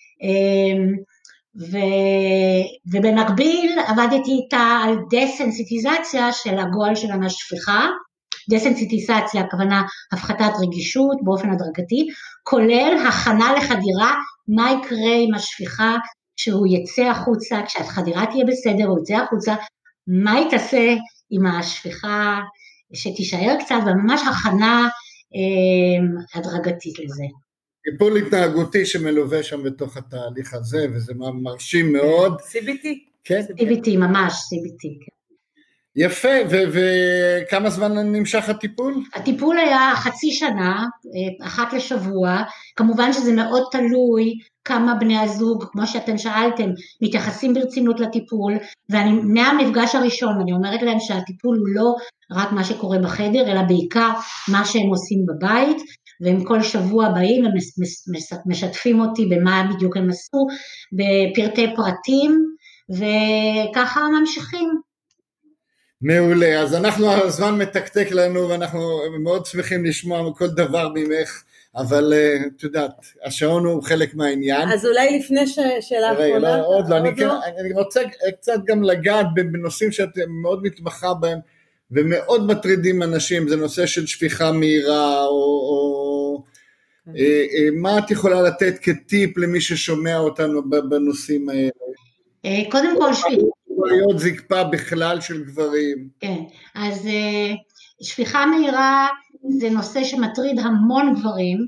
ו... ובמקביל עבדתי איתה על דסנסיטיזציה של הגועל שלה מהשפיכה, דסנסיטיזציה, הכוונה הפחתת רגישות באופן הדרגתי, כולל הכנה לחדירה, מה יקרה עם השפיכה כשהוא יצא החוצה, כשהחדירה תהיה בסדר, הוא יצא החוצה, מה יתעשה עם השפיכה שתישאר קצת, וממש הכנה אה, הדרגתית לזה. טיפול התנהגותי שמלווה שם בתוך התהליך הזה, וזה מרשים מאוד. סי בי טי. כן. סי בי טי, ממש סי בי טי, כן. יפה, וכמה זמן נמשך הטיפול? הטיפול היה חצי שנה, אחת לשבוע, כמובן שזה מאוד תלוי כמה בני הזוג, כמו שאתם שאלתם, מתייחסים ברצינות לטיפול, ואני מהמפגש הראשון, אני אומרת להם שהטיפול הוא לא רק מה שקורה בחדר, אלא בעיקר מה שהם עושים בבית, והם כל שבוע באים ומשתפים אותי במה בדיוק הם עשו, בפרטי פרטים, וככה ממשיכים. מעולה, אז אנחנו, הזמן מתקתק לנו, ואנחנו מאוד שמחים לשמוע כל דבר ממך, אבל את יודעת, השעון הוא חלק מהעניין. אז אולי לפני שאלה אחרונה. לא, עוד לא, אני, כן, אני רוצה קצת גם לגעת בנושאים שאתם מאוד מתמחה בהם, ומאוד מטרידים אנשים, זה נושא של שפיכה מהירה, או, או מה את יכולה לתת כטיפ למי ששומע אותנו בנושאים האלה? קודם כל שפיכה. להיות זקפה בכלל של גברים. כן, אז שפיכה מהירה זה נושא שמטריד המון גברים,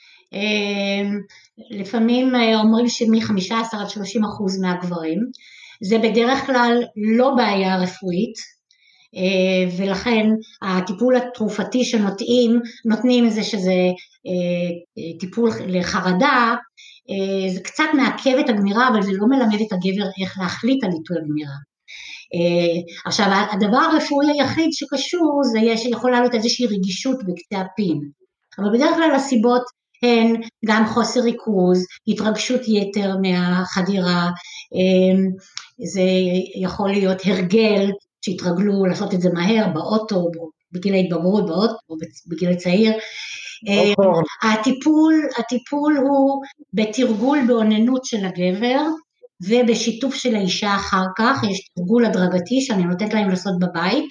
לפעמים אומרים שמ-חמישה עשר עד שלושים אחוז מהגברים, זה בדרך כלל לא בעיה רפואית, ולכן הטיפול התרופתי שנותנים, נותנים זה שזה טיפול לחרדה, זה קצת מעכב את הגמירה, אבל זה לא מלמד את הגבר איך להחליט על עיתוי הגמירה. עכשיו, הדבר הרפואי היחיד שקשור, זה שיכול לעלות איזושהי רגישות בקצה הפין, אבל בדרך כלל הסיבות הן גם חוסר ריכוז, התרגשות יתר מהחדירה, זה יכול להיות הרגל, שהתרגלו לעשות את זה מהר, באוטו, בגיל ההתבגרות, באוטו, בגיל צעיר. הטיפול, הטיפול הוא בתרגול בעוננות של הגבר, ובשיתוף של האישה אחר כך, יש תרגול הדרגתי שאני נותנת להם לעשות בבית,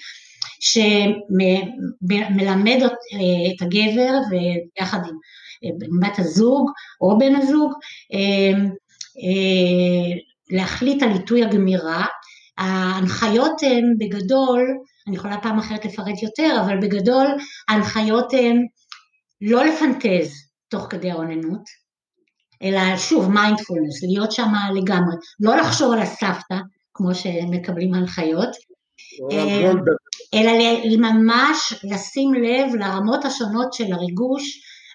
שמלמד את הגבר, ויחד עם בת הזוג, או בן הזוג, להחליט על עיתוי הגמירה. ההנחיות הן בגדול, אני יכולה פעם אחרת לפרט יותר, אבל בגדול ההנחיות הן לא לפנטז תוך כדי העוננות, אלא שוב מיינדפולנס, להיות שם לגמרי, לא לחשוב על הסבתא, כמו שמקבלים הנחיות, אלא ממש לשים לב לרמות השונות של הריגוש,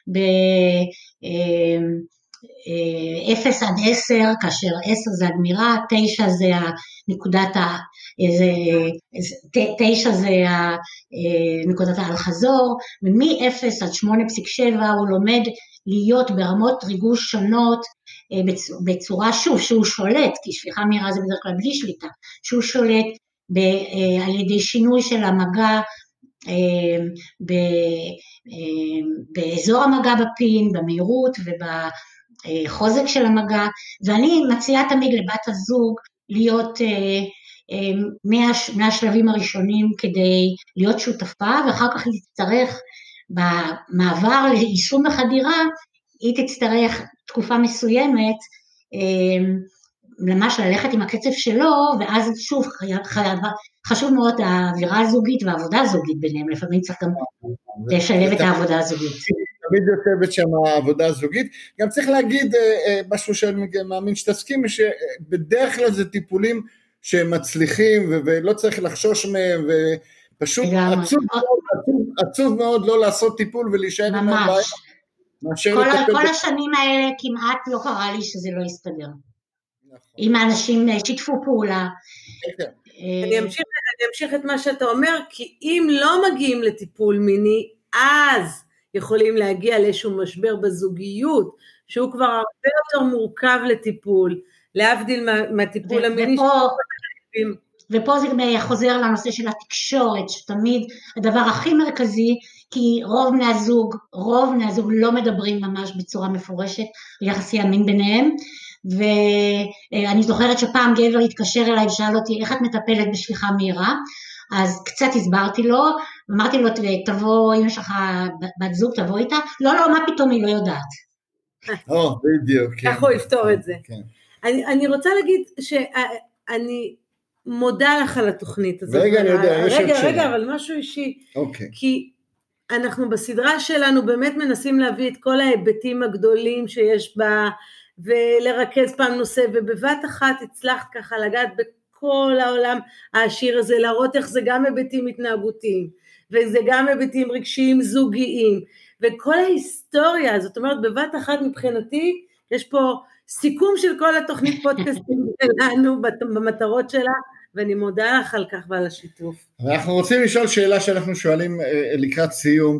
אפס עד עשר, כאשר עשר זה הגמירה, תשע זה נקודת ה... תשע זה נקודת האל-חזור, ומ-אפס עד שמונה נקודה שבע הוא לומד להיות ברמות ריגוש שונות, בצורה שוב, שהוא שולט, כי שפיכה מהירה זה בדרך כלל בלי שליטה, שהוא שולט על ידי שינוי של המגע, באזור המגע בפין, במהירות ובחוזק של המגע, ואני מציעה תמיד לבת הזוג להיות מהשלבים הראשונים כדי להיות שותפה, ואחר כך להצטרך במעבר ליישום החדירה, היא תצטרך תקופה מסוימת, ממש ללכת עם הקצב שלו, ואז שוב חשוב מאוד האווירה הזוגית והעבודה הזוגית ביניהם, לפעמים צריך גם לשלב את העבודה הזוגית. תמיד יושבת שם העבודה הזוגית, גם צריך להגיד משהו שאני מאמין שתסכים, שבדרך כלל זה טיפולים שהם מצליחים, ולא צריך לחשוש מהם, ופשוט עצוב, עצוב, עצוב מאוד לא לעשות טיפול ולהישאר עם הבעיה. כל, כל השנים האלה כמעט לא קרה לי שזה לא יסתדר. אם האנשים שיתפו פעולה. אני אמשיך, אני אמשיך את מה שאתה אומר, כי אם לא מגיעים לטיפול מיני, אז יכולים להגיע לאיזשהו משבר בזוגיות, שהוא כבר הרבה יותר מורכב לטיפול, להבדיל מה, מהטיפול המיני. ופה, ופה זה חוזר לנושא של התקשורת, שתמיד הדבר הכי מרכזי, כי רוב בני הזוג, רוב בני הזוג לא מדברים ממש בצורה מפורשת, יחסי המין ביניהם, ואני זוכרת שפעם גבר התקשר אליי ושאל אותי, איך את מטפלת בשליחה מהירה? אז קצת הסברתי לו, אמרתי לו, תבוא, אם יש לך בת זוג, תבוא איתה, לא, לא, מה פתאום היא לא יודעת. או, בדיוק. איך הוא יפתור את זה. אני רוצה להגיד שאני מודה לך על התוכנית הזאת. רגע, אני יודע, יש עוד רגע, שאלה. רגע, אבל משהו אישי. אוקיי. כי אנחנו בסדרה שלנו באמת מנסים להביא את כל ההיבטים הגדולים שיש בה, ולרכז פעם נושא, ובבת אחת הצלחת ככה לגעת בכל העולם העשיר הזה, להראות איך זה גם היבטים התנהגותיים, וזה גם היבטים רגשיים זוגיים, וכל ההיסטוריה, זאת אומרת בבת אחת מבחינתי, יש פה סיכום של כל התוכנית פודקאסטים שלנו, במטרות שלה, ואני מודה לך על כך ועל השיתוף. אנחנו רוצים לשאול שאלה שאנחנו שואלים לקראת סיום,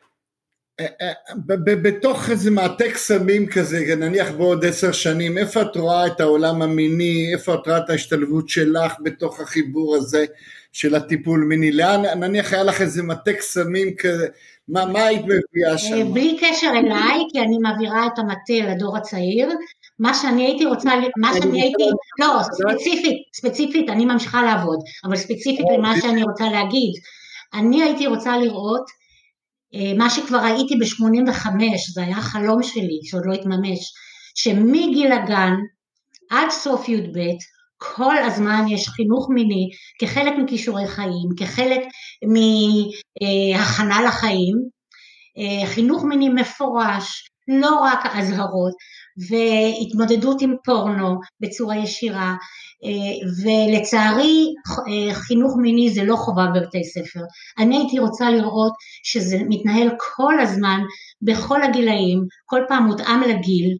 בתוך איזה מעטה קסמים כזה, נניח בעוד עשר שנים, איפה את רואה את העולם המיני, איפה את רואה את ההשתלבות שלך בתוך החיבור הזה של הטיפול מיני, לאן, נניח היה לך איזה מעטה קסמים כזה, מה, מה היית מביאה שם? בלי קשר אליי, כי אני מעבירה את המטה לדור הצעיר, מה שאני הייתי רוצה, מה שאני הייתי, לא, ספציפית, ספציפית, אני ממשיכה לעבוד, אבל ספציפית למה שאני רוצה להגיד, אני הייתי רוצה לראות, מה שכבר ראיתי ב-שמונים וחמש, זה היה חלום שלי, שעוד לא התממש, שמגיל הגן עד סוף י' ב', כל הזמן יש חינוך מיני, כחלק מכישורי חיים, כחלק מהכנה לחיים, חינוך מיני מפורש, לא רק הזהרות, והתמודדות עם פורנו בצורה ישירה, ולצערי חינוך מיני זה לא חובה בבתי ספר. אני הייתי רוצה לראות שזה מתנהל כל הזמן, בכל הגילאים, כל פעם מותאם לגיל,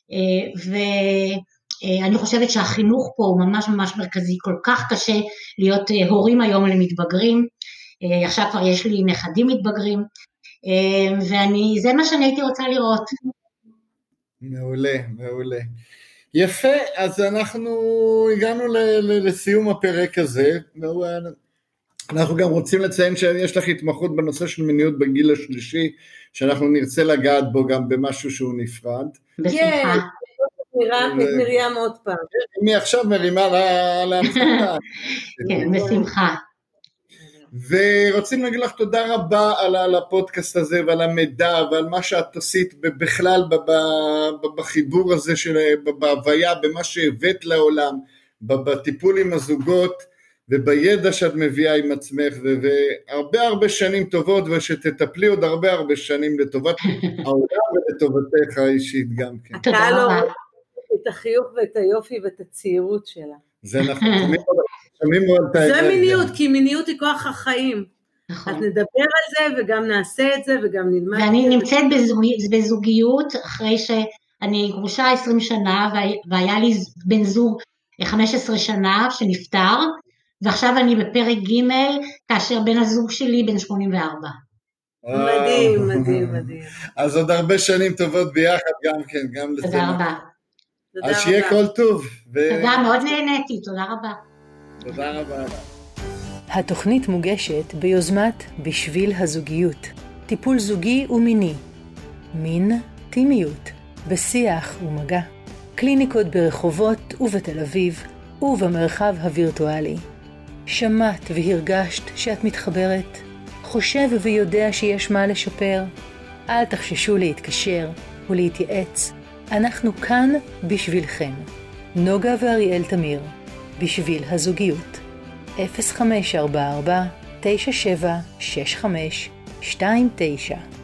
ואני חושבת שהחינוך פה הוא ממש ממש מרכזי, כל כך קשה להיות הורים היום למתבגרים, עכשיו כבר יש לי נכדים מתבגרים, ואני, זה מה שאני הייתי רוצה לראות. מעולה, מעולה. יפה, אז אנחנו הגענו לסיום הפרק הזה, אנחנו גם רוצים לציין שיש לך התמחות בנושא של מיניות בגיל השלישי, שאנחנו נרצה לגעת בו גם במשהו שהוא נפרד. בשמחה. את מרים עוד פעם. מי עכשיו מרימה להנחתה. כן, בשמחה. ורוצים להגיד לך תודה רבה על הפודקאסט הזה ועל המידע ועל מה שאת עשית בכלל בחיבור הזה, בהוויה, במה שהבאת לעולם, בטיפול עם הזוגות ובידע שאת מביאה עם עצמך, והרבה הרבה שנים טובות, ושתטפלי עוד הרבה הרבה שנים לטובת העולם ולטובתך האישית גם כן. תודה רבה. את החיוך ואת היופי ואת הצעירות שלה. זה נכון. זה מיניות, כי מיניות היא כוח החיים. אז נדבר על זה וגם נעשה את זה וגם נלמד. ואני נמצאת בזוגיות אחרי שאני גרושה עשרים שנה, והיה לי בן זוג חמש עשרה שנה שנפטר, ועכשיו אני בפרק ג' כאשר בן הזוג שלי בן שמונים וארבע. מדהים, מדהים, מדהים. אז עוד הרבה שנים טובות ביחד גם כן, גם לזה. תודה רבה. אז שיהיה כל טוב. תודה, מאוד נהניתי, תודה רבה. תודה רבה. התוכנית מוגשת ביוזמת בשביל הזוגיות, טיפול זוגי ומיני, מין טימיות, בשיח ומגע, קליניקות ברחובות ובתל אביב ובמרחב הווירטואלי. שמעת והרגשת שאת מתחברת? חושב ויודע שיש מה לשפר? אל תחששו להתקשר ולהתייעץ. אנחנו כאן בשבילכם. נוגה ואריאל תמיר, בשביל הזוגיות. אפס חמש ארבע ארבע תשע שבע שש חמש שתיים תשע